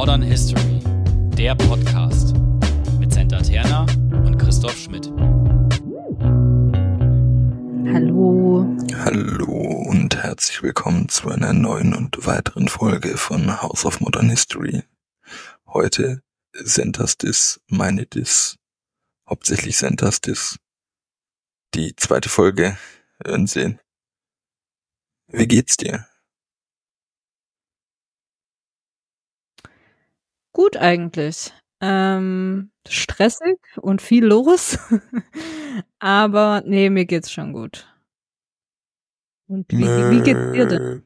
Modern History, der Podcast mit Senta Terna und Christoph Schmidt. Hallo. Hallo und herzlich willkommen zu einer neuen und weiteren Folge von House of Modern History. Heute Sentas Diss, meine Diss, hauptsächlich Sentas Diss. Die zweite Folge werden sehen. Wie geht's dir? Gut eigentlich. Stressig und viel los. Aber nee, mir geht's schon gut. Und wie geht's dir denn?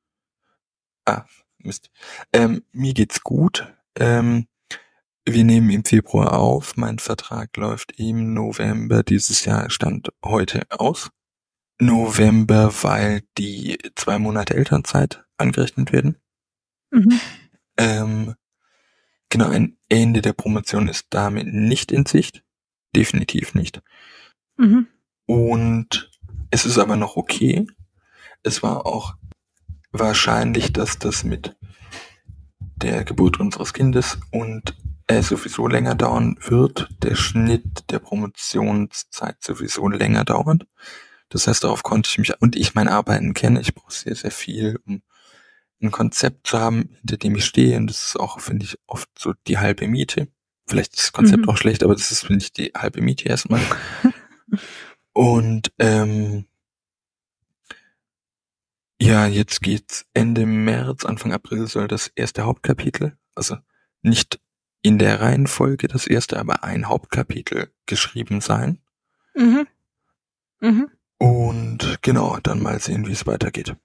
Mist. Mir geht's gut. Wir nehmen im Februar auf. Mein Vertrag läuft im November dieses Jahr, stand heute aus. November, weil die 2 Monate Elternzeit angerechnet werden. Mhm. Genau, ein Ende der Promotion ist damit nicht in Sicht. Definitiv nicht. Mhm. Und es ist aber noch okay. Es war auch wahrscheinlich, dass das mit der Geburt unseres Kindes und sowieso länger dauern wird. Der Schnitt der Promotionszeit sowieso länger dauert. Das heißt, darauf konnte ich mich, und ich mein Arbeiten kenne, ich brauche sehr, sehr viel, um ein Konzept zu haben, hinter dem ich stehe, und das ist auch, finde ich, oft so die halbe Miete. Vielleicht ist das Konzept auch schlecht, aber das ist, finde ich, die halbe Miete erstmal. Und ja, jetzt geht's Ende März, Anfang April soll das erste Hauptkapitel, also nicht in der Reihenfolge das erste, aber ein Hauptkapitel geschrieben sein. Mhm. Mhm. Und genau, dann mal sehen, wie es weitergeht.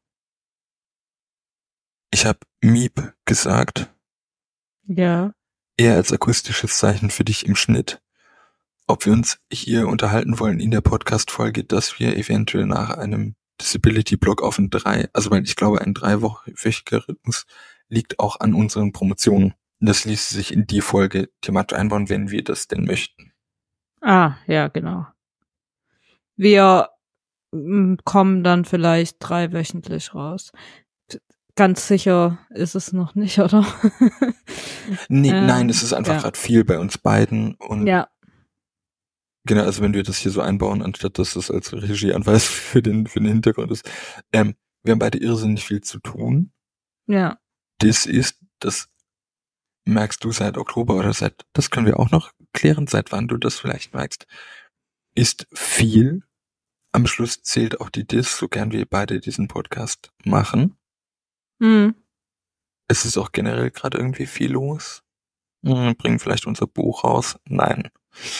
Ich habe Miep gesagt. Ja. Eher als akustisches Zeichen für dich im Schnitt. Ob wir uns hier unterhalten wollen in der Podcast-Folge, dass wir eventuell nach einem Disability-Block auf weil ich glaube, ein 3-wöchiger Rhythmus liegt auch an unseren Promotionen. Das ließe sich in die Folge thematisch einbauen, wenn wir das denn möchten. Ja, genau. Wir kommen dann vielleicht 3-wöchentlich raus. Ganz sicher ist es noch nicht, oder? Nee, nein, es ist einfach gerade viel bei uns beiden. Und ja. Genau, also wenn wir das hier so einbauen, anstatt dass das als Regieanweis für den Hintergrund ist. Wir haben beide irrsinnig viel zu tun. Ja. Das merkst du seit Oktober oder das können wir auch noch klären, seit wann du das vielleicht merkst, ist viel. Am Schluss zählt auch die Diss, so gern wir beide diesen Podcast machen. Mhm. Es ist auch generell gerade irgendwie viel los. Bringen vielleicht unser Buch raus. Nein.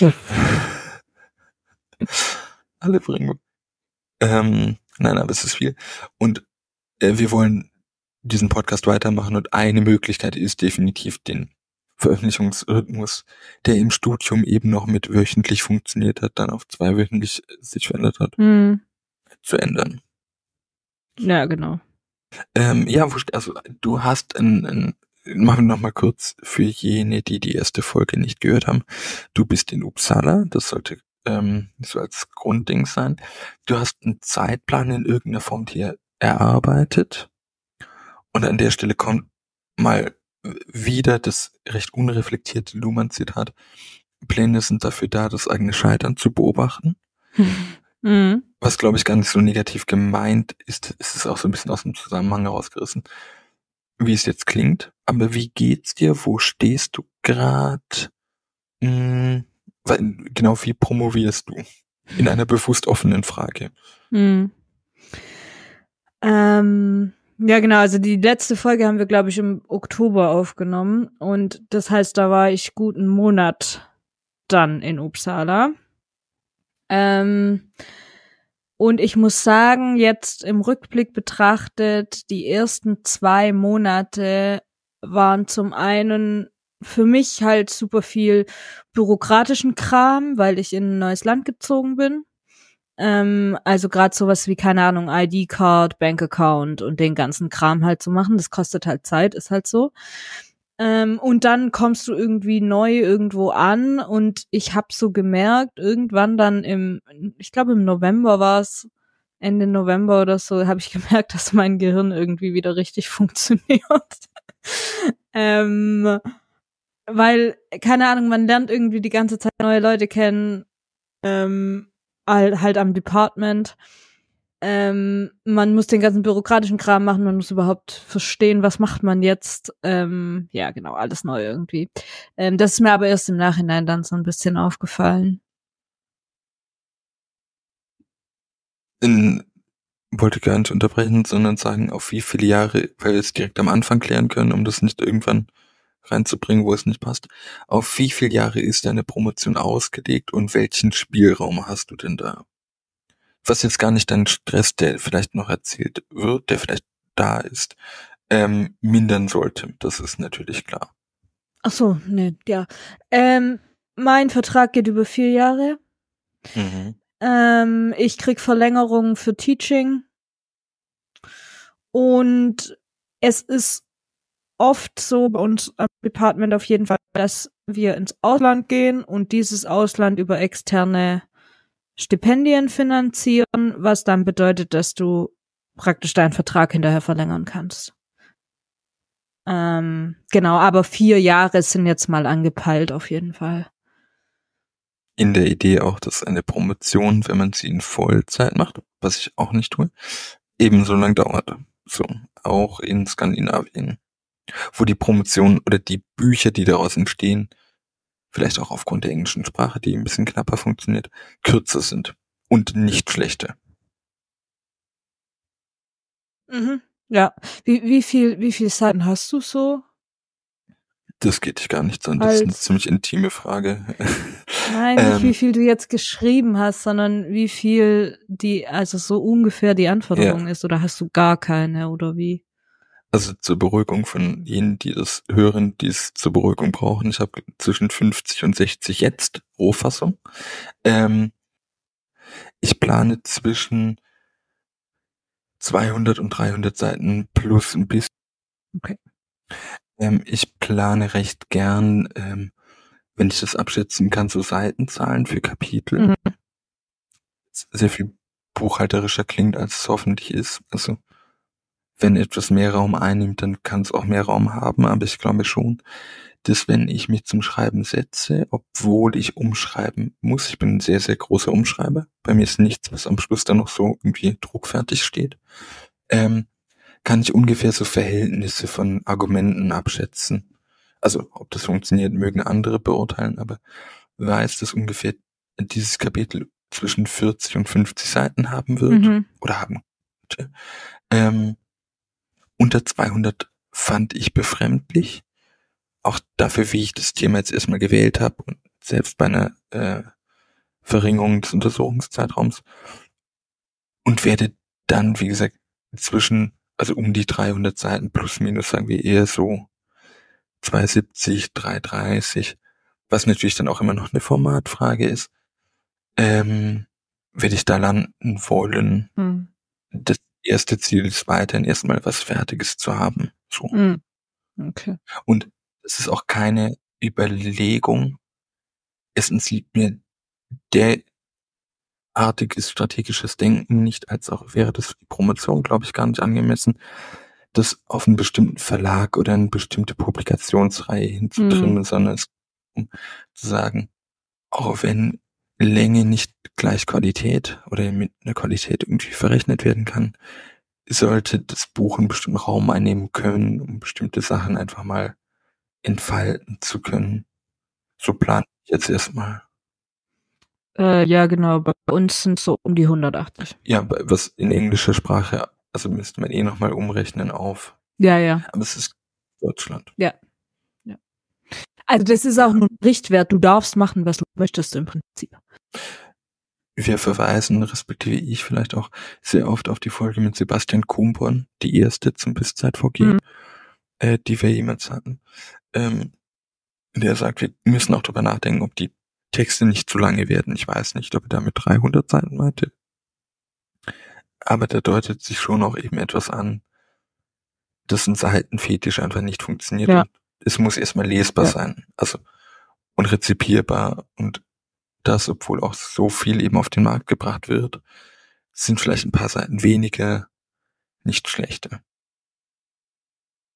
Alle bringen. Nein, aber es ist viel. Und wir wollen diesen Podcast weitermachen, und eine Möglichkeit ist definitiv den Veröffentlichungsrhythmus, der im Studium eben noch mit wöchentlich funktioniert hat, dann auf 2-wöchentlich sich verändert hat, zu ändern. Ja, genau. Also du hast machen wir noch mal kurz für jene, die die erste Folge nicht gehört haben. Du bist in Uppsala, das sollte so als Grundding sein. Du hast einen Zeitplan in irgendeiner Form hier erarbeitet. Und an der Stelle kommt mal wieder das recht unreflektierte Luhmann-Zitat. Pläne sind dafür da, das eigene Scheitern zu beobachten. Mhm. Was, glaube ich, gar nicht so negativ gemeint ist. Es ist auch so ein bisschen aus dem Zusammenhang herausgerissen, wie es jetzt klingt. Aber wie geht's dir? Wo stehst du gerade? Genau, wie promovierst du? In einer bewusst offenen Frage. Ja, genau, also die letzte Folge haben wir, glaube ich, im Oktober aufgenommen, und das heißt, da war ich gut einen Monat dann in Uppsala. Und ich muss sagen, jetzt im Rückblick betrachtet, die ersten 2 Monate waren zum einen für mich halt super viel bürokratischen Kram, weil ich in ein neues Land gezogen bin. Also gerade sowas wie, keine Ahnung, ID-Card, Bank-Account und den ganzen Kram halt zu machen, das kostet halt Zeit, ist halt so. Und dann kommst du irgendwie neu irgendwo an, und ich habe so gemerkt, irgendwann dann ich glaube im November war es, Ende November oder so, habe ich gemerkt, dass mein Gehirn irgendwie wieder richtig funktioniert. Weil, keine Ahnung, man lernt irgendwie die ganze Zeit neue Leute kennen, halt am Department. Man muss den ganzen bürokratischen Kram machen, man muss überhaupt verstehen, was macht man jetzt. Ja, genau, alles neu irgendwie. Das ist mir aber erst im Nachhinein dann so ein bisschen aufgefallen. Wollte gar nicht unterbrechen, sondern sagen, auf wie viele Jahre, weil wir es direkt am Anfang klären können, um das nicht irgendwann reinzubringen, wo es nicht passt. Auf wie viele Jahre ist deine Promotion ausgelegt und welchen Spielraum hast du denn da? Was jetzt gar nicht deinen Stress, der vielleicht noch erzählt wird, der vielleicht da ist, mindern sollte. Das ist natürlich klar. Ach so, nee, ja. Mein Vertrag geht über 4 Jahre. Ich krieg Verlängerung für Teaching. Und es ist oft so bei uns am Department auf jeden Fall, dass wir ins Ausland gehen und dieses Ausland über externe Stipendien finanzieren, was dann bedeutet, dass du praktisch deinen Vertrag hinterher verlängern kannst. Genau, aber 4 Jahre sind jetzt mal angepeilt auf jeden Fall. In der Idee auch, dass eine Promotion, wenn man sie in Vollzeit macht, was ich auch nicht tue, ebenso lang dauert. So, auch in Skandinavien, wo die Promotion oder die Bücher, die daraus entstehen, vielleicht auch aufgrund der englischen Sprache, die ein bisschen knapper funktioniert, kürzer sind und nicht schlechter. Mhm. Ja. Wie viel Seiten hast du so? Das geht dich gar nichts an. Das ist eine ziemlich intime Frage. Nein, nicht wie viel du jetzt geschrieben hast, sondern wie viel also so ungefähr die Anforderung ist, oder hast du gar keine, oder wie? Also zur Beruhigung von jenen, die das hören, die es zur Beruhigung brauchen. Ich habe zwischen 50 und 60 jetzt Rohfassung. Ich plane zwischen 200 und 300 Seiten plus ein bisschen. Okay. Ich plane recht gern, wenn ich das abschätzen kann, so Seitenzahlen für Kapitel. Sehr viel buchhalterischer klingt, als es hoffentlich ist. Also wenn etwas mehr Raum einnimmt, dann kann es auch mehr Raum haben, aber ich glaube schon, dass wenn ich mich zum Schreiben setze, obwohl ich umschreiben muss, ich bin ein sehr, sehr großer Umschreiber, bei mir ist nichts, was am Schluss dann noch so irgendwie druckfertig steht, kann ich ungefähr so Verhältnisse von Argumenten abschätzen. Also ob das funktioniert, mögen andere beurteilen, aber weiß, dass ungefähr dieses Kapitel zwischen 40 und 50 Seiten haben wird oder haben könnte. Unter 200 fand ich befremdlich. Auch dafür, wie ich das Thema jetzt erstmal gewählt habe und selbst bei einer Verringerung des Untersuchungszeitraums. Und werde dann, wie gesagt, also um die 300 Seiten plus minus, sagen wir eher so 270, 330, was natürlich dann auch immer noch eine Formatfrage ist, werde ich da landen wollen. Das erste Ziel ist weiterhin erstmal was Fertiges zu haben. So. Okay. Und es ist auch keine Überlegung. Erstens liegt mir derartiges strategisches Denken nicht, als auch wäre das für die Promotion, glaube ich, gar nicht angemessen, das auf einen bestimmten Verlag oder eine bestimmte Publikationsreihe hinzutrimmen, sondern es um zu sagen, auch wenn Länge nicht gleich Qualität oder mit einer Qualität irgendwie verrechnet werden kann, sollte das Buch einen bestimmten Raum einnehmen können, um bestimmte Sachen einfach mal entfalten zu können. So plane ich jetzt erstmal. Ja, genau. Bei uns sind so um die 180. Ja, was in englischer Sprache, also müsste man nochmal umrechnen auf. Ja. Aber es ist Deutschland. Ja. Also das ist auch ein Richtwert. Du darfst machen, was du möchtest im Prinzip. Wir verweisen, respektive ich vielleicht auch, sehr oft auf die Folge mit Sebastian Kumborn, die erste zum Bistzeit-VG, die wir jemals hatten. Der sagt, wir müssen auch darüber nachdenken, ob die Texte nicht zu lange werden. Ich weiß nicht, ob er damit 300 Seiten meinte. Aber da deutet sich schon auch eben etwas an, dass ein Seitenfetisch einfach nicht funktioniert. Ja. Und es muss erstmal lesbar sein. Also, und rezipierbar. Und das, obwohl auch so viel eben auf den Markt gebracht wird, sind vielleicht ein paar Seiten weniger nicht schlechter.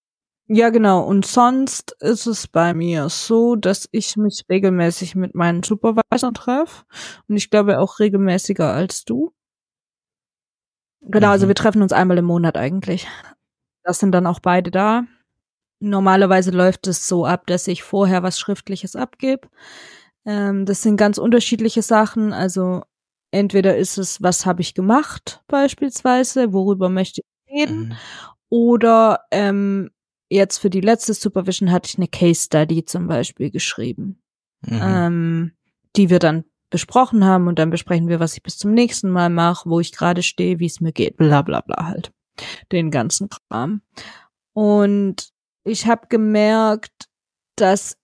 Ja, genau. Und sonst ist es bei mir so, dass ich mich regelmäßig mit meinen Supervisern treffe. Und ich glaube auch regelmäßiger als du. Genau, also wir treffen uns einmal im Monat eigentlich. Das sind dann auch beide da. Normalerweise läuft es so ab, dass ich vorher was Schriftliches abgebe. Das sind ganz unterschiedliche Sachen. Also entweder ist es, was habe ich gemacht beispielsweise, worüber möchte ich reden, oder jetzt für die letzte Supervision hatte ich eine Case Study zum Beispiel geschrieben, die wir dann besprochen haben und dann besprechen wir, was ich bis zum nächsten Mal mache, wo ich gerade stehe, wie es mir geht, bla bla bla halt. Den ganzen Kram. Und ich habe gemerkt, dass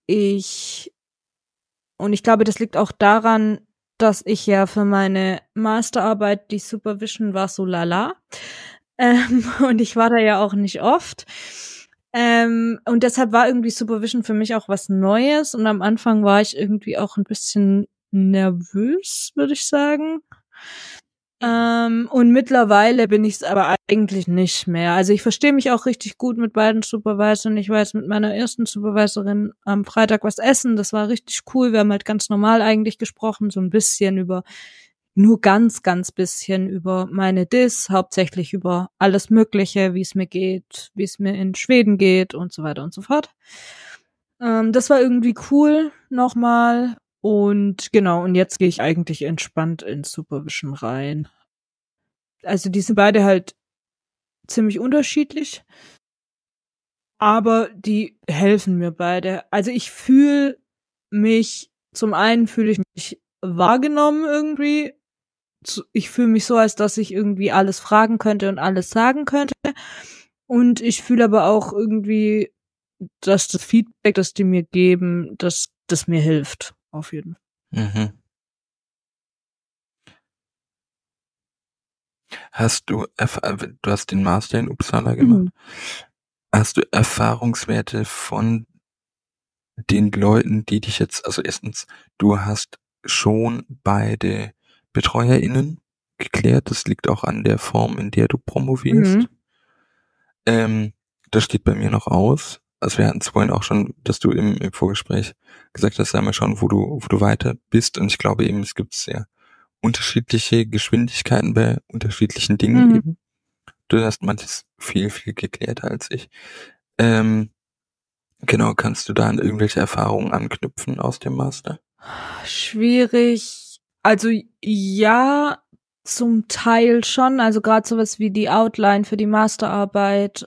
und ich glaube, das liegt auch daran, dass ich ja für meine Masterarbeit, die Supervision war so lala. Und ich war da ja auch nicht oft. Und deshalb war irgendwie Supervision für mich auch was Neues. Und am Anfang war ich irgendwie auch ein bisschen nervös, würde ich sagen. Und mittlerweile bin ich es aber eigentlich nicht mehr. Also ich verstehe mich auch richtig gut mit beiden Supervisoren. Ich war jetzt mit meiner ersten Supervisorin am Freitag was essen. Das war richtig cool. Wir haben halt ganz normal eigentlich gesprochen, so ein bisschen nur ganz, ganz bisschen über meine Dis, hauptsächlich über alles Mögliche, wie es mir geht, wie es mir in Schweden geht und so weiter und so fort. Das war irgendwie cool nochmal. Und genau, und jetzt gehe ich eigentlich entspannt in Supervision rein. Also die sind beide halt ziemlich unterschiedlich, aber die helfen mir beide. Also zum einen fühle ich mich wahrgenommen irgendwie. Ich fühle mich so, als dass ich irgendwie alles fragen könnte und alles sagen könnte. Und ich fühle aber auch irgendwie, dass das Feedback, das die mir geben, dass das mir hilft. Auf jeden Fall. Du hast den Master in Uppsala gemacht. Hast du Erfahrungswerte von den Leuten, die dich jetzt, also erstens, du hast schon beide BetreuerInnen geklärt, das liegt auch an der Form, in der du promovierst. Das steht bei mir noch aus. Also wir hatten es vorhin auch schon, dass du im Vorgespräch gesagt hast, mal schauen, wo du weiter bist. Und ich glaube eben, es gibt sehr unterschiedliche Geschwindigkeiten bei unterschiedlichen Dingen eben. Du hast manches viel, viel geklärter als ich. Genau, kannst du da an irgendwelche Erfahrungen anknüpfen aus dem Master? Schwierig. Also ja, zum Teil schon. Also gerade sowas wie die Outline für die Masterarbeit.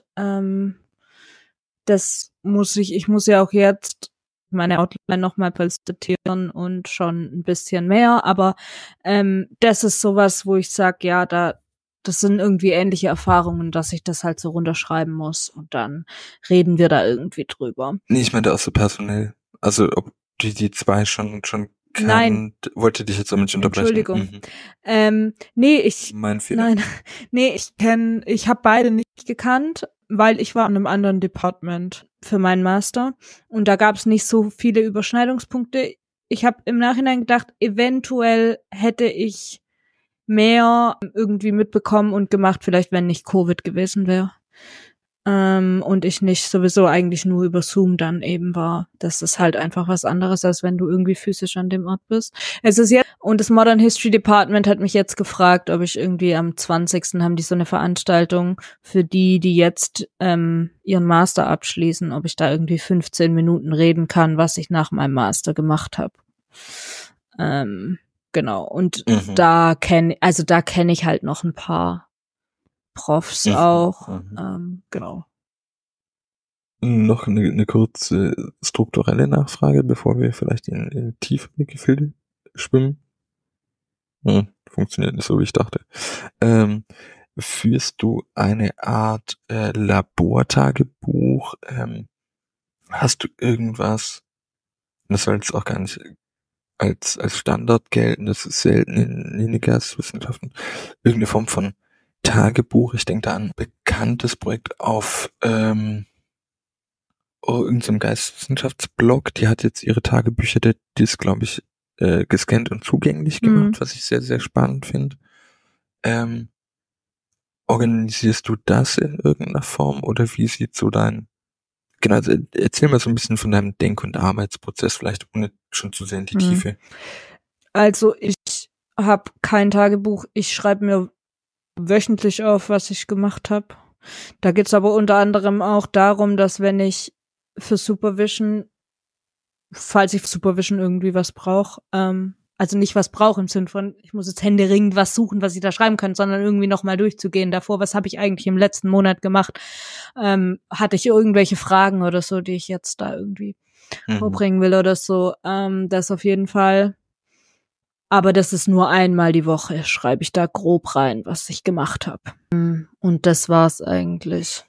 Ich muss ja auch jetzt meine Outline nochmal präsentieren und schon ein bisschen mehr. Aber das ist sowas, wo ich sage, ja, das sind irgendwie ähnliche Erfahrungen, dass ich das halt so runterschreiben muss und dann reden wir da irgendwie drüber. Nee, ich meinte auch so personell. Also ob die zwei schon Nein. Wollte dich jetzt auch nicht unterbrechen. Entschuldigung. Mein Fehler. Nee, ich habe beide nicht gekannt, weil ich war in einem anderen Department für meinen Master und da gab es nicht so viele Überschneidungspunkte. Ich habe im Nachhinein gedacht, eventuell hätte ich mehr irgendwie mitbekommen und gemacht, vielleicht wenn nicht Covid gewesen wäre. Und ich nicht sowieso eigentlich nur über Zoom dann eben war. Das ist halt einfach was anderes, als wenn du irgendwie physisch an dem Ort bist. Und das Modern History Department hat mich jetzt gefragt, ob ich irgendwie am 20. haben die so eine Veranstaltung für die jetzt ihren Master abschließen, ob ich da irgendwie 15 Minuten reden kann, was ich nach meinem Master gemacht habe. Genau. Und da kenne ich halt noch ein paar Profs auch. Genau. Noch eine kurze strukturelle Nachfrage, bevor wir vielleicht in tiefere Gefilde schwimmen. Funktioniert nicht so, wie ich dachte. Führst du eine Art Labortagebuch? Hast du irgendwas, das soll jetzt auch gar nicht als Standard gelten, das ist selten in Geisteswissenschaften, irgendeine Form von Tagebuch? Ich denke da an ein bekanntes Projekt auf irgendeinem Geisteswissenschaftsblog, die hat jetzt ihre Tagebücher, die ist, glaube ich, gescannt und zugänglich gemacht, was ich sehr, sehr spannend finde. Organisierst du das in irgendeiner Form oder wie sieht so dein Genau, also erzähl mal so ein bisschen von deinem Denk- und Arbeitsprozess, vielleicht ohne schon zu sehr in die Tiefe. Also ich habe kein Tagebuch. Ich schreibe mir wöchentlich auf, was ich gemacht habe. Da geht's aber unter anderem auch darum, dass wenn ich für Supervision, falls ich für Supervision irgendwie was brauche, also nicht was brauche im Sinn von, ich muss jetzt händeringend was suchen, was ich da schreiben kann, sondern irgendwie nochmal durchzugehen davor, was habe ich eigentlich im letzten Monat gemacht, hatte ich irgendwelche Fragen oder so, die ich jetzt da irgendwie vorbringen will oder so, das auf jeden Fall. Aber das ist nur einmal die Woche, schreibe ich da grob rein, was ich gemacht habe. Und das war's eigentlich.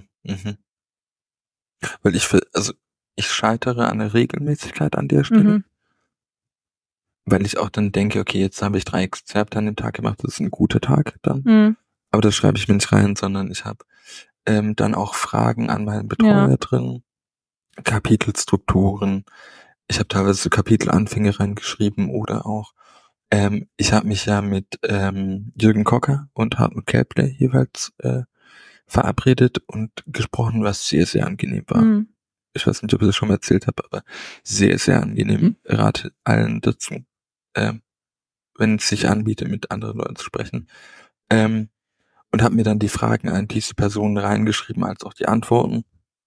Weil ich scheitere an der Regelmäßigkeit an der Stelle. Weil ich auch dann denke, okay, jetzt habe ich 3 Exzerpte an dem Tag gemacht, das ist ein guter Tag dann. Aber das schreibe ich mir nicht rein, sondern ich habe dann auch Fragen an meinen Betreuer drin, Kapitelstrukturen. Ich habe teilweise so Kapitelanfänge reingeschrieben oder auch ich habe mich ja mit Jürgen Kocker und Hartmut Kelble jeweils verabredet und gesprochen, was sehr, sehr angenehm war. Ich weiß nicht, ob ich das schon mal erzählt habe, aber sehr, sehr angenehm. Rate allen dazu, wenn es sich anbietet, mit anderen Leuten zu sprechen. Und habe mir dann die Fragen an diese Personen reingeschrieben, als auch die Antworten.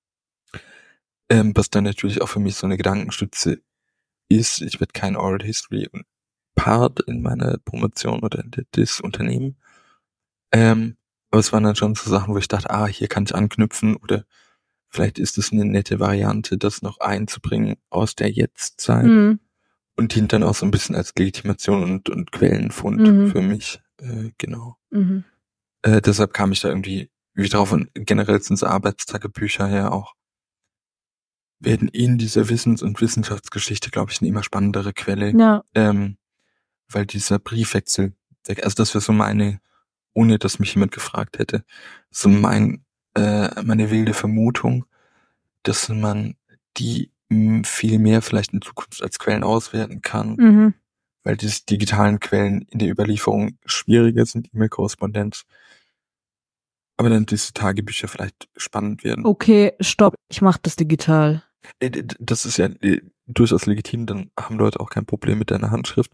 Was dann natürlich auch für mich so eine Gedankenstütze ist. Ich werde kein Oral History Part in meiner Promotion oder in das Unternehmen. Aber es waren dann schon so Sachen, wo ich dachte, hier kann ich anknüpfen oder vielleicht ist es eine nette Variante, das noch einzubringen aus der Jetztzeit und dient dann auch so ein bisschen als Legitimation und Quellenfund für mich. Genau. Deshalb kam ich da irgendwie drauf und generell sind so Arbeitstagebücher ja auch, werden in dieser Wissens- und Wissenschaftsgeschichte, glaube ich, eine immer spannendere Quelle. Ja. Weil dieser Briefwechsel, also das wäre so meine, ohne dass mich jemand gefragt hätte, so meine wilde Vermutung, dass man die viel mehr vielleicht in Zukunft als Quellen auswerten kann, weil diese digitalen Quellen in der Überlieferung schwieriger sind, E-Mail-Korrespondenz, aber dann diese Tagebücher vielleicht spannend werden. Okay, stopp, ich mache das digital. Das ist ja durchaus legitim, dann haben Leute auch kein Problem mit deiner Handschrift.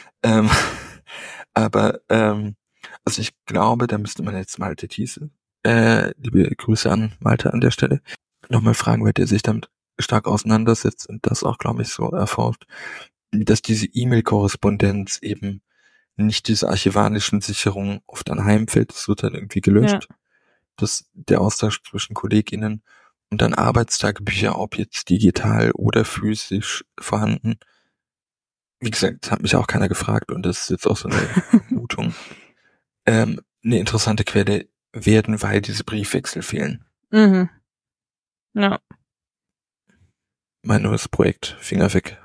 Aber also ich glaube, da müsste man jetzt Malte Thiese, liebe Grüße an Malte an der Stelle, nochmal fragen, weil der sich damit stark auseinandersetzt und das auch, glaube ich, so erforscht, dass diese E-Mail-Korrespondenz eben nicht diese archivalischen Sicherungen oft anheimfällt, das wird dann irgendwie gelöscht, dass der Austausch zwischen KollegInnen und dann Arbeitstagebücher, ob jetzt digital oder physisch vorhanden. Wie gesagt, hat mich auch keiner gefragt und das ist jetzt auch so eine Vermutung. Eine interessante Quelle werden, weil diese Briefwechsel fehlen. Ja. Mein neues Projekt, Finger weg.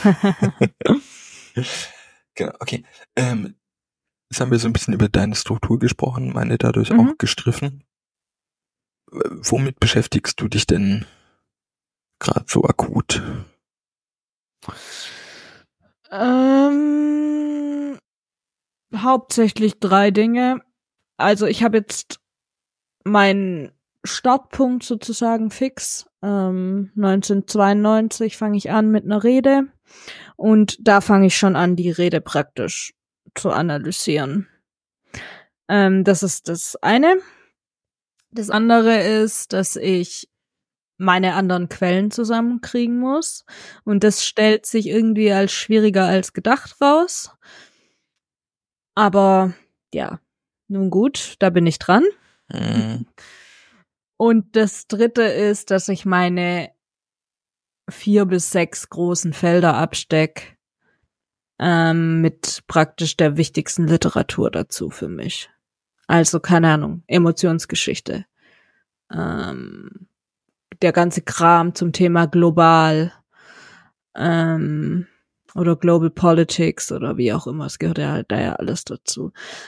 Genau, okay. Jetzt haben wir so ein bisschen über deine Struktur gesprochen, meine dadurch auch gestriffen. Womit beschäftigst du dich denn gerade so akut? Hauptsächlich 3 Dinge. Also ich habe jetzt meinen Startpunkt sozusagen fix. 1992 fange ich an mit einer Rede und da fange ich schon an, die Rede praktisch zu analysieren. Das ist das eine. Das andere ist, dass ich meine anderen Quellen zusammenkriegen muss und das stellt sich irgendwie als schwieriger als gedacht raus. Aber ja, nun gut, da bin ich dran. Und das dritte ist, dass ich meine 4 bis 6 großen Felder absteck mit praktisch der wichtigsten Literatur dazu für mich. Also, keine Ahnung, Emotionsgeschichte. Der ganze Kram zum Thema global oder Global Politics oder wie auch immer, es gehört ja da ja alles dazu.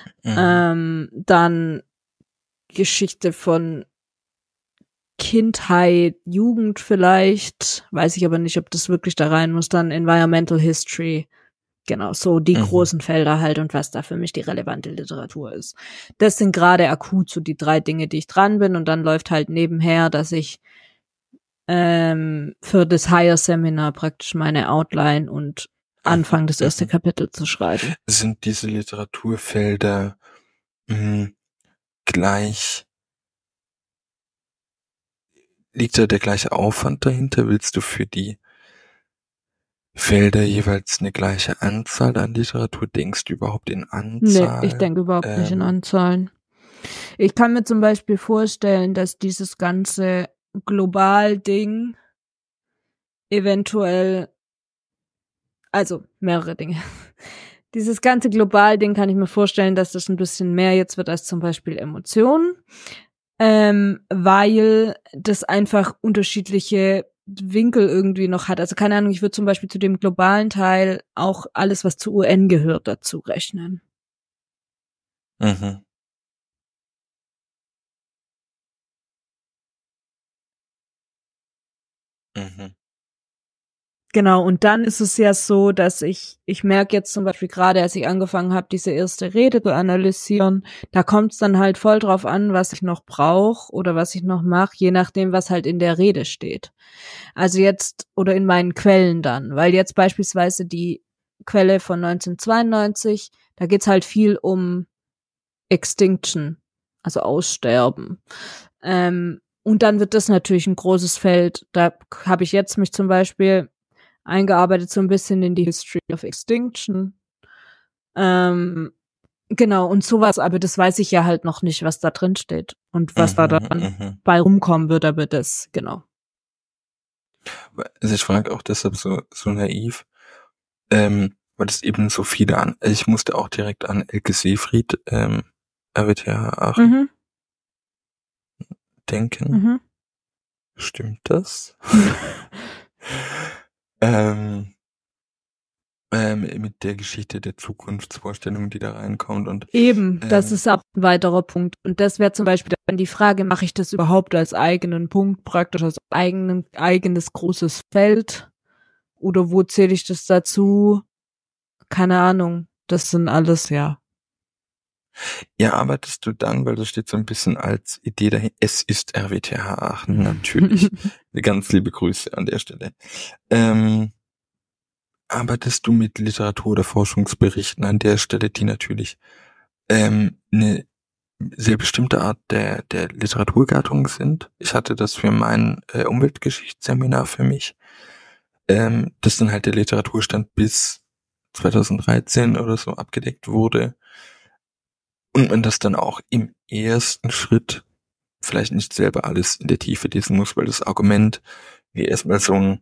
Dann Geschichte von Kindheit, Jugend vielleicht, weiß ich aber nicht, ob das wirklich da rein muss, dann Environmental History, genau, so die großen Felder halt und was da für mich die relevante Literatur ist. Das sind gerade akut so die 3 Dinge, die ich dran bin und dann läuft halt nebenher, dass ich für das Higher Seminar praktisch meine Outline und Anfang das erste Kapitel zu schreiben. Sind diese Literaturfelder gleich? Liegt da der gleiche Aufwand dahinter? Willst du für die Felder jeweils eine gleiche Anzahl an Literatur? Denkst du überhaupt in Anzahl? Nee, ich denke überhaupt nicht in Anzahlen. Ich kann mir zum Beispiel vorstellen, dass dieses ganze Global-Ding eventuell, also mehrere Dinge. Dieses ganze Global-Ding kann ich mir vorstellen, dass das ein bisschen mehr jetzt wird als zum Beispiel Emotionen, weil das einfach unterschiedliche Winkel irgendwie noch hat. Also keine Ahnung, ich würde zum Beispiel zu dem globalen Teil auch alles, was zur UN gehört, dazu rechnen. Mhm. Mhm. Genau, und dann ist es ja so, dass ich merke jetzt zum Beispiel gerade, als ich angefangen habe, diese erste Rede zu analysieren, da kommt es dann halt voll drauf an, was ich noch brauche oder was ich noch mache, je nachdem, was halt in der Rede steht. Also jetzt, oder in meinen Quellen dann, weil jetzt beispielsweise die Quelle von 1992, da geht's halt viel um Extinction, also Aussterben. Und dann wird das natürlich ein großes Feld. Da habe ich jetzt mich zum Beispiel eingearbeitet so ein bisschen in die History of Extinction. Genau, und sowas, aber das weiß ich ja halt noch nicht, was da drin steht und was da dann bei rumkommen wird, aber das, genau. Also ich frage auch deshalb so naiv, weil es eben so viele ich musste auch direkt an Elke Seefried, RWTH Aachen denken. Stimmt das? Mit der Geschichte der Zukunftsvorstellung, die da reinkommt und eben, das ist auch ein weiterer Punkt. Und das wäre zum Beispiel dann die Frage, mache ich das überhaupt als eigenen Punkt, praktisch als eigenes großes Feld? Oder wo zähle ich das dazu? Keine Ahnung. Das sind alles, ja. Ja, arbeitest du dann, weil das steht so ein bisschen als Idee dahin, es ist RWTH Aachen, natürlich. Ganz liebe Grüße an der Stelle. Arbeitest du mit Literatur- oder Forschungsberichten an der Stelle, die natürlich eine sehr bestimmte Art der Literaturgattung sind? Ich hatte das für mein Umweltgeschichtsseminar für mich, das dann halt der Literaturstand bis 2013 oder so abgedeckt wurde und man das dann auch im ersten Schritt vielleicht nicht selber alles in der Tiefe lesen muss, weil das Argument wie erstmal so ein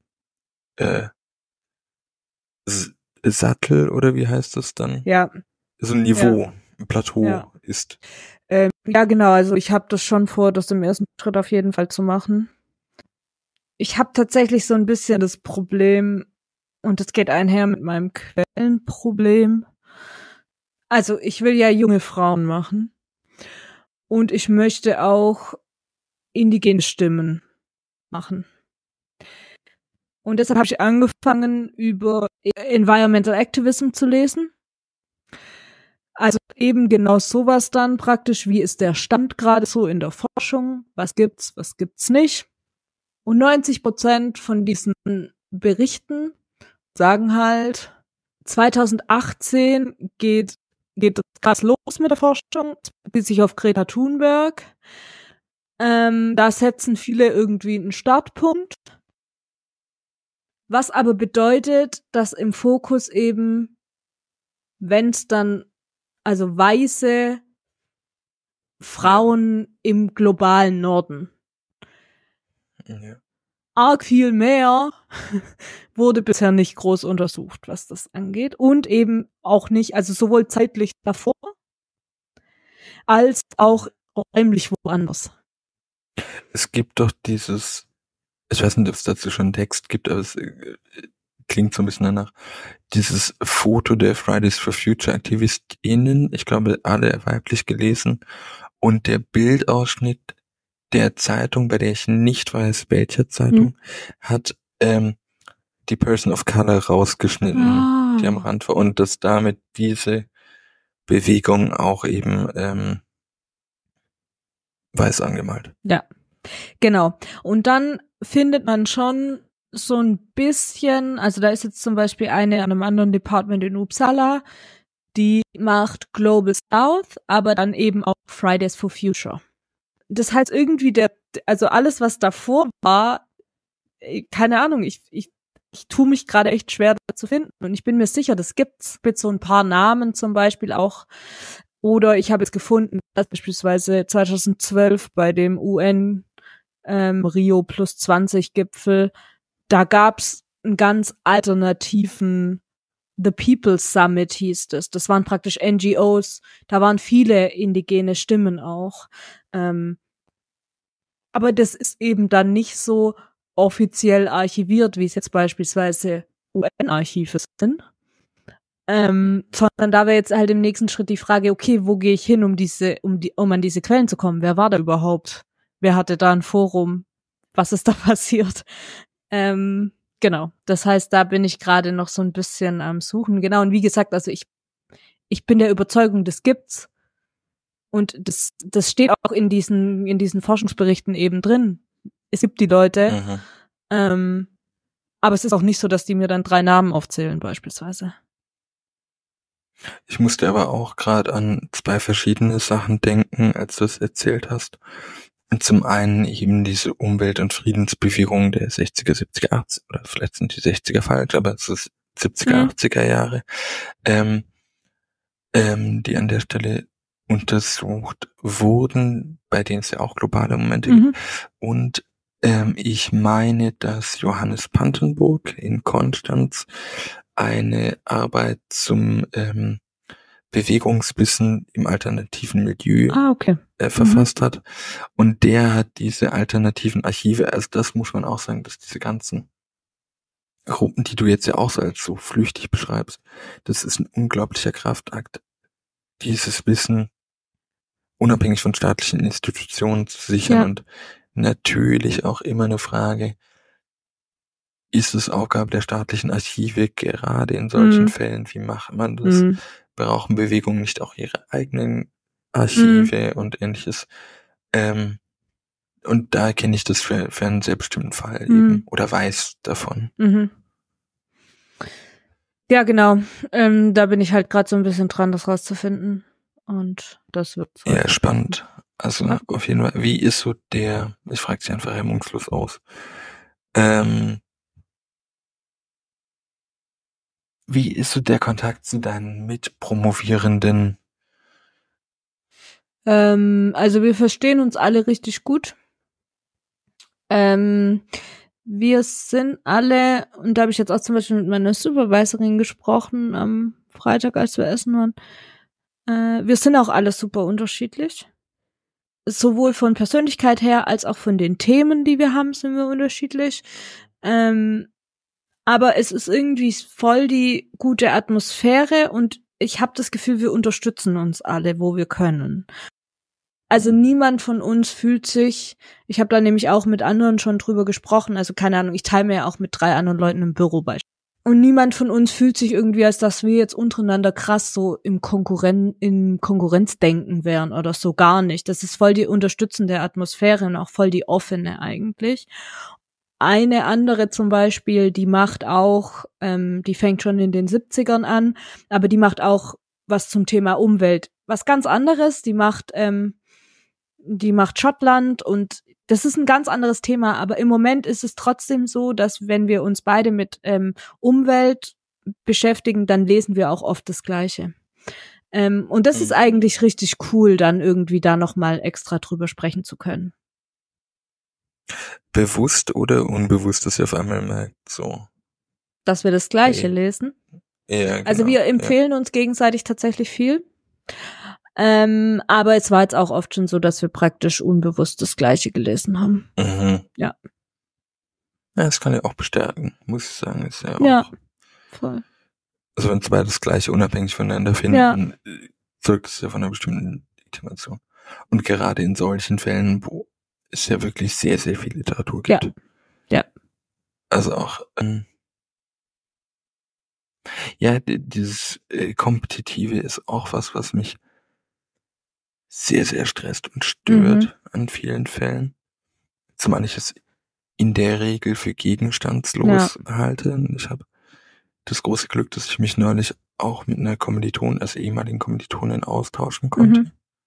Sattel oder wie heißt das dann? Ja. So ein Niveau, ein Plateau ist. Ja, genau. Also ich habe das schon vor, das im ersten Schritt auf jeden Fall zu machen. Ich habe tatsächlich so ein bisschen das Problem, und das geht einher mit meinem Quellenproblem. Also ich will ja junge Frauen machen und ich möchte auch indigene Stimmen machen. Und deshalb habe ich angefangen, über Environmental Activism zu lesen. Also eben genau sowas dann praktisch, wie ist der Stand gerade so in der Forschung, was gibt's nicht. Und 90% von diesen Berichten sagen halt, 2018 geht es krass los mit der Forschung, es bezieht sich auf Greta Thunberg. Da setzen viele irgendwie einen Startpunkt. Was aber bedeutet, dass im Fokus eben, wenn es dann, also weiße Frauen im globalen Norden. Ja. Arg viel mehr wurde bisher nicht groß untersucht, was das angeht. Und eben auch nicht, also sowohl zeitlich davor, als auch räumlich woanders. Es gibt doch dieses, ich weiß nicht, ob es dazu schon einen Text gibt, aber es klingt so ein bisschen danach, dieses Foto der Fridays for Future AktivistInnen, ich glaube, alle weiblich gelesen, und der Bildausschnitt der Zeitung, bei der ich nicht weiß, welcher Zeitung, hat die Person of Color rausgeschnitten, die am Rand war, und dass damit diese Bewegung auch eben weiß angemalt. Ja, Genau. Und dann findet man schon so ein bisschen, also da ist jetzt zum Beispiel eine an einem anderen Department in Uppsala, die macht Global South, aber dann eben auch Fridays for Future. Das heißt irgendwie also alles, was davor war, keine Ahnung, ich tue mich gerade echt schwer da zu finden. Und ich bin mir sicher, das gibt's mit so ein paar Namen zum Beispiel auch. Oder ich habe jetzt gefunden, dass beispielsweise 2012 bei dem UN Rio plus 20 Gipfel, da gab's einen ganz alternativen The People's Summit hieß das. Das waren praktisch NGOs. Da waren viele indigene Stimmen auch. Aber das ist eben dann nicht so offiziell archiviert, wie es jetzt beispielsweise UN-Archive sind. Sondern da wäre jetzt halt im nächsten Schritt die Frage, okay, wo gehe ich hin, um an diese Quellen zu kommen? Wer war da überhaupt? Wer hatte da ein Forum? Was ist da passiert? Genau. Das heißt, da bin ich gerade noch so ein bisschen am Suchen. Genau. Und wie gesagt, also ich bin der Überzeugung, das gibt's. Und das steht auch in diesen Forschungsberichten eben drin. Es gibt die Leute. Aber es ist auch nicht so, dass die mir dann 3 Namen aufzählen, beispielsweise. Ich musste aber auch gerade an 2 verschiedene Sachen denken, als du es erzählt hast. Und zum einen eben diese Umwelt- und Friedensbewegung der 60er, 70er, 80er, oder vielleicht sind die 60er falsch, aber es ist 70er, 80er Jahre, die an der Stelle untersucht wurden, bei denen es ja auch globale Momente gibt. Und ich meine, dass Johannes Pantenburg in Konstanz eine Arbeit zum Bewegungswissen im alternativen Milieu verfasst hat. Und der hat diese alternativen Archive, also das muss man auch sagen, dass diese ganzen Gruppen, die du jetzt ja auch so als so flüchtig beschreibst, das ist ein unglaublicher Kraftakt, dieses Wissen unabhängig von staatlichen Institutionen zu sichern. Und natürlich auch immer eine Frage, ist es Aufgabe der staatlichen Archive, gerade in solchen Fällen, wie macht man das? Brauchen Bewegungen nicht auch ihre eigenen Archive und ähnliches? Und da kenne ich das für einen sehr bestimmten Fall eben oder weiß davon. Ja, genau. Da bin ich halt gerade so ein bisschen dran, das rauszufinden. Und das wird so. Ja, spannend. Also auf jeden Fall, wie ist so ich frage dich einfach hemmungslos aus, wie ist so der Kontakt zu deinen Mitpromovierenden? Also wir verstehen uns alle richtig gut. Wir sind alle, und da habe ich jetzt auch zum Beispiel mit meiner Supervisorin gesprochen am Freitag, als wir essen waren. Wir sind auch alle super unterschiedlich. Sowohl von Persönlichkeit her, als auch von den Themen, die wir haben, sind wir unterschiedlich. Aber es ist irgendwie voll die gute Atmosphäre und ich habe das Gefühl, wir unterstützen uns alle, wo wir können. Also niemand von uns fühlt sich, ich habe da nämlich auch mit anderen schon drüber gesprochen, also keine Ahnung, ich teile mir ja auch mit 3 anderen Leuten im Büro bei. Und niemand von uns fühlt sich irgendwie, als dass wir jetzt untereinander krass so im Konkurrenzdenken wären oder so, gar nicht. Das ist voll die unterstützende Atmosphäre und auch voll die offene eigentlich. Eine andere zum Beispiel, die macht auch, die fängt schon in den 70ern an, aber die macht auch was zum Thema Umwelt. Was ganz anderes, die macht Schottland und das ist ein ganz anderes Thema, aber im Moment ist es trotzdem so, dass wenn wir uns beide mit Umwelt beschäftigen, dann lesen wir auch oft das Gleiche. Und das ist eigentlich richtig cool, dann irgendwie da nochmal extra drüber sprechen zu können. Bewusst oder unbewusst, dass ihr auf einmal merkt, so. Dass wir das Gleiche lesen? Ja, genau. Also wir empfehlen uns gegenseitig tatsächlich viel. Aber es war jetzt auch oft schon so, dass wir praktisch unbewusst das Gleiche gelesen haben. Ja. Ja, das kann ja auch bestärken, muss ich sagen. Ist ja auch. Voll. Also wenn 2 das Gleiche unabhängig voneinander finden, zeugt es ja von einer bestimmten Legitimation. Und gerade in solchen Fällen, wo es ja wirklich sehr, sehr viel Literatur gibt. Ja. Also auch, dieses Kompetitive ist auch was mich sehr, sehr stresst und stört an vielen Fällen. zumal ich es in der Regel für gegenstandslos halte. Ich habe das große Glück, dass ich mich neulich auch mit einer ehemaligen Kommilitonin austauschen konnte.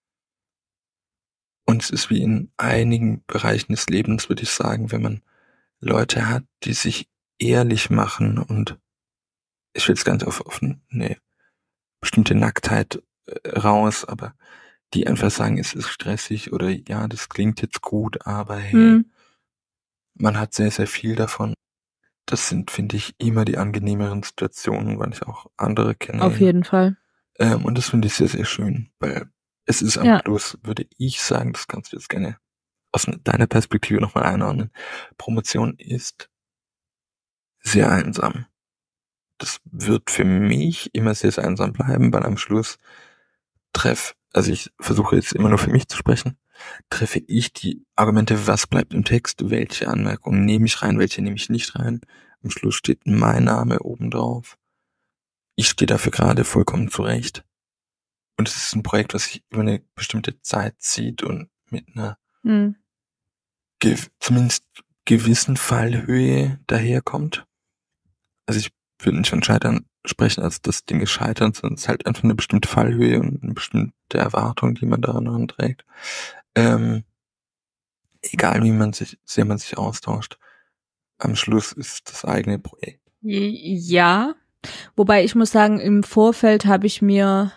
Und es ist wie in einigen Bereichen des Lebens, würde ich sagen, wenn man Leute hat, die sich ehrlich machen und ich will jetzt ganz auf eine bestimmte Nacktheit raus, aber die einfach sagen, es ist stressig oder ja, das klingt jetzt gut, aber hey, man hat sehr, sehr viel davon. Das sind, finde ich, immer die angenehmeren Situationen, weil ich auch andere kenne. Auf jeden Fall. Und das finde ich sehr, sehr schön, weil es ist am Schluss, würde ich sagen, das kannst du jetzt gerne aus deiner Perspektive nochmal einordnen. Promotion ist sehr einsam. Das wird für mich immer sehr, sehr einsam bleiben, weil am Schluss also ich versuche jetzt immer nur für mich zu sprechen, treffe ich die Argumente, was bleibt im Text, welche Anmerkungen nehme ich rein, welche nehme ich nicht rein. Am Schluss steht mein Name oben drauf. Ich stehe dafür gerade vollkommen zurecht. Und es ist ein Projekt, was sich über eine bestimmte Zeit zieht und mit einer zumindest gewissen Fallhöhe daherkommt. Also ich würde nicht von Scheitern sprechen, als das Ding ist Scheitern, sondern es ist halt einfach eine bestimmte Fallhöhe und eine bestimmte Erwartung, die man daran anträgt. Egal wie sehr man sich austauscht, am Schluss ist das eigene Projekt. Ja, wobei ich muss sagen, im Vorfeld habe ich mir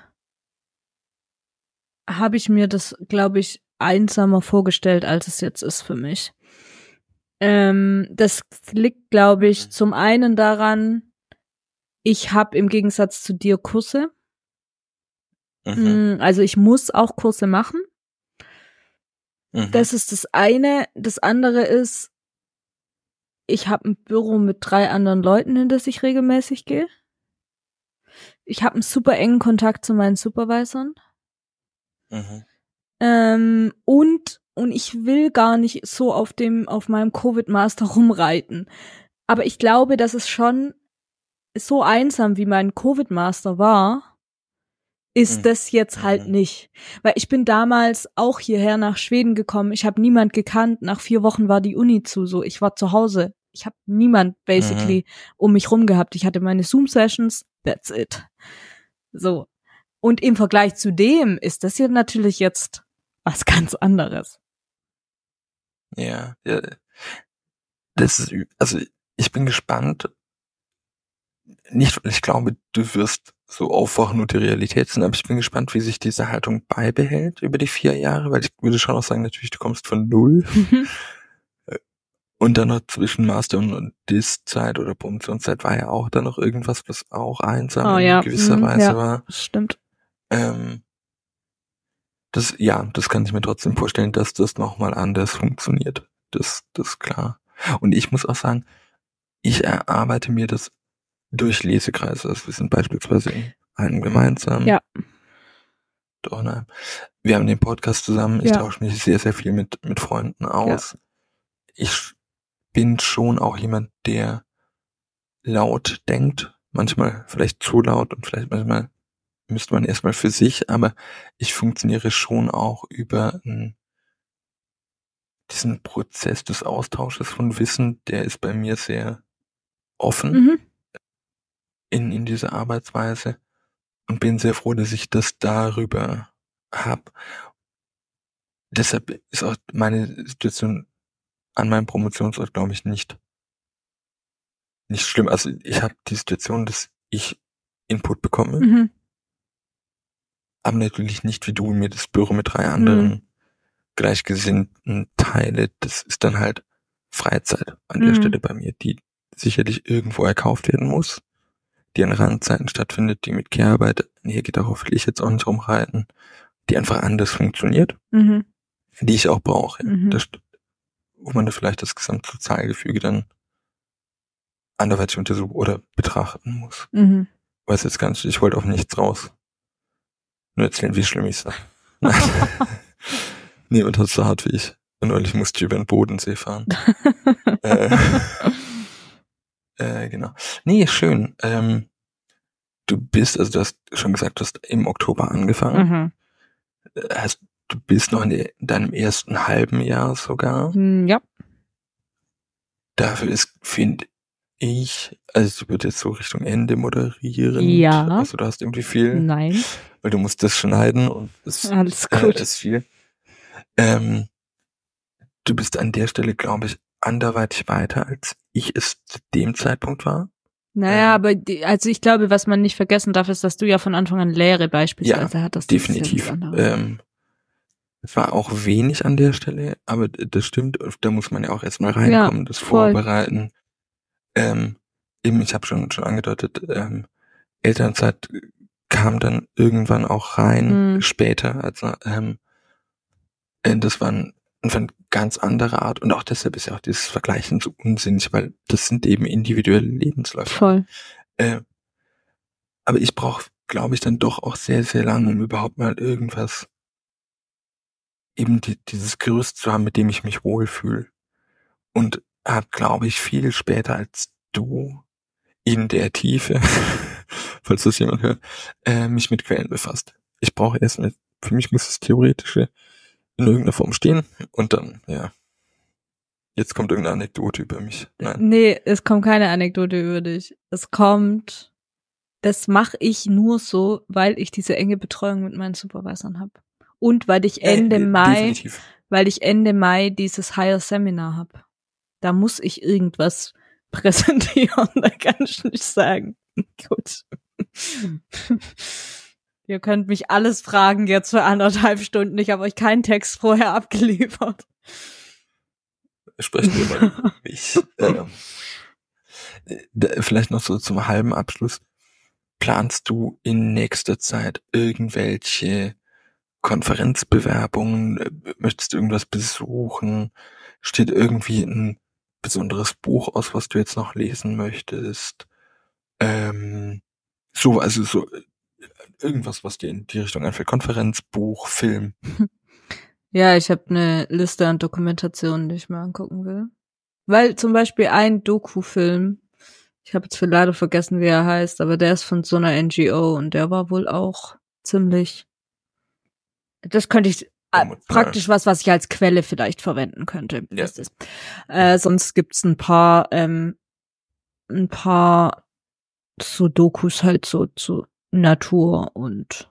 das, glaube ich, einsamer vorgestellt, als es jetzt ist für mich. Das liegt, glaube ich, zum einen daran, ich habe im Gegensatz zu dir Kurse. Also ich muss auch Kurse machen. Das ist das eine. Das andere ist, ich habe ein Büro mit 3 anderen Leuten, in das ich regelmäßig gehe. Ich habe einen super engen Kontakt zu meinen Supervisern. Und ich will gar nicht so auf meinem Covid-Master rumreiten. Aber ich glaube, dass es schon so einsam, wie mein Covid-Master war, ist das jetzt halt nicht. Weil ich bin damals auch hierher nach Schweden gekommen. Ich habe niemand gekannt. Nach 4 Wochen war die Uni zu. So, ich war zu Hause. Ich habe niemand basically um mich rum gehabt. Ich hatte meine Zoom-Sessions. That's it. So. Und im Vergleich zu dem ist das hier natürlich jetzt was ganz anderes. Ja. Das ist, also ich bin gespannt. Nicht, weil ich glaube, du wirst so aufwachen und die Realität sind, aber ich bin gespannt, wie sich diese Haltung beibehält über die 4 Jahre, weil ich würde schon auch sagen, natürlich, du kommst von 0 und dann noch zwischen Master und Dis-Zeit oder Promotionszeit war ja auch dann noch irgendwas, was auch einsam in gewisser Weise war. Stimmt. Das kann ich mir trotzdem vorstellen, dass das nochmal anders funktioniert. Das ist klar. Und ich muss auch sagen, ich erarbeite mir das durch Lesekreise. Also wir sind beispielsweise in einem gemeinsam. Ja. Dornheim. Wir haben den Podcast zusammen. Ich tausche mich sehr, sehr viel mit Freunden aus. Ja. Ich bin schon auch jemand, der laut denkt. Manchmal vielleicht zu laut und vielleicht manchmal müsste man erstmal für sich, aber ich funktioniere schon auch über diesen Prozess des Austausches von Wissen, der ist bei mir sehr offen in dieser Arbeitsweise und bin sehr froh, dass ich das darüber habe. Deshalb ist auch meine Situation an meinem Promotionsort, glaube ich, nicht schlimm. Also ich habe die Situation, dass ich Input bekomme, aber natürlich nicht wie du mir das Büro mit 3 anderen Gleichgesinnten teile. Das ist dann halt Freizeit an der Stelle bei mir, die sicherlich irgendwo erkauft werden muss, die an Randzeiten stattfindet, die mit Care-Arbeit, hier geht darauf will ich jetzt auch nicht rumreiten, die einfach anders funktioniert, die ich auch brauche. Wo man da vielleicht das gesamte Sozialgefüge dann anderweitig untersuchen oder betrachten muss. Weiß jetzt gar nicht, ich wollte auf nichts raus. Nur erzählen, wie schlimm ich es war. Niemand hat es so hart wie ich. Und neulich musste ich über den Bodensee fahren. Genau. Nee, schön. Du hast schon gesagt, du hast im Oktober angefangen. Du bist noch in deinem ersten halben Jahr sogar. Ja. dafür ist, finde ich, also ich würde jetzt so Richtung Ende moderieren. Ja. Also du hast irgendwie viel, Nein. weil du musst das schneiden und es Alles gut. ist viel. Du bist an der Stelle, glaube ich, anderweitig weiter, als ich es zu dem Zeitpunkt war. Naja, aber also ich glaube, was man nicht vergessen darf, ist, dass du ja von Anfang an Lehre beispielsweise hattest. Definitiv. Es war auch wenig an der Stelle, aber das stimmt, da muss man ja auch erstmal reinkommen, das voll. vorbereiten. Eben, ich habe schon angedeutet, Elternzeit kam dann irgendwann auch rein, später. Also das war eine ganz andere Art und auch deshalb ist ja auch dieses Vergleichen so unsinnig, weil das sind eben individuelle Lebensläufe. Voll. Aber ich brauche, glaube ich, dann doch auch sehr, sehr lange, um überhaupt mal irgendwas, eben dieses Gerüst zu haben, mit dem ich mich wohlfühle. Und habe, glaube ich, viel später als du in der Tiefe, falls das jemand hört, mich mit Quellen befasst. Ich brauche erst für mich muss das Theoretische in irgendeiner Form stehen und dann, ja. Jetzt kommt irgendeine Anekdote über mich. Nein. Nee, es kommt keine Anekdote über dich. Das mache ich nur so, weil ich diese enge Betreuung mit meinen Supervisern habe. Und weil ich Ende Mai dieses Higher Seminar habe. Da muss ich irgendwas präsentieren, da kann ich nicht sagen. Gut. Ihr könnt mich alles fragen jetzt für 1,5 Stunden. Ich habe euch keinen Text vorher abgeliefert. Sprechen wir mal über mich. Vielleicht noch so zum halben Abschluss. Planst du in nächster Zeit irgendwelche Konferenzbewerbungen? Möchtest du irgendwas besuchen? Steht irgendwie ein besonderes Buch aus, was du jetzt noch lesen möchtest? So irgendwas, was dir in die Richtung einfällt. Konferenz, Buch, Film. Ja, ich habe eine Liste an Dokumentationen, die ich mir angucken will. Weil zum Beispiel ein Doku-Film, ich habe jetzt leider vergessen, wie er heißt, aber der ist von so einer NGO und der war wohl auch ziemlich, das könnte ich praktisch was ich als Quelle vielleicht verwenden könnte. Ja. Sonst gibt's ein paar so Dokus halt so zu Natur und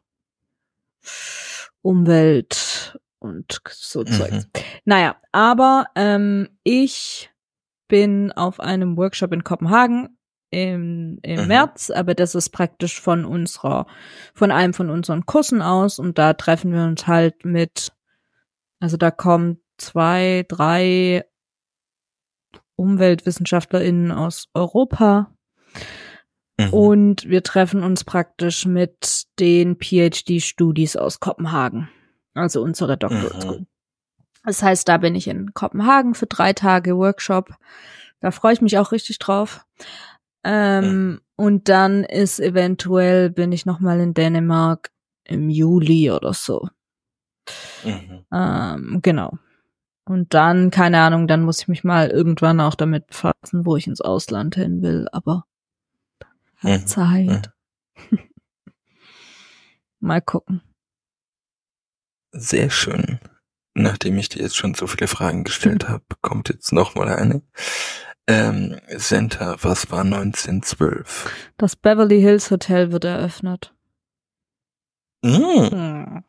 Umwelt und so Zeugs. Naja, aber ich bin auf einem Workshop in Kopenhagen im März, aber das ist praktisch von einem von unseren Kursen aus und da treffen wir uns halt also da kommen 2, 3 UmweltwissenschaftlerInnen aus Europa und wir treffen uns praktisch mit den PhD-Studis aus Kopenhagen, also unsere Doctoral School. Das heißt, da bin ich in Kopenhagen für 3 Tage Workshop. Da freue ich mich auch richtig drauf. Und dann bin ich nochmal in Dänemark im Juli oder so. Genau. Und dann, keine Ahnung, dann muss ich mich mal irgendwann auch damit befassen, wo ich ins Ausland hin will, aber Zeit. Mal gucken. Sehr schön. Nachdem ich dir jetzt schon so viele Fragen gestellt habe, kommt jetzt noch mal eine. Center, was war 1912? Das Beverly Hills Hotel wird eröffnet.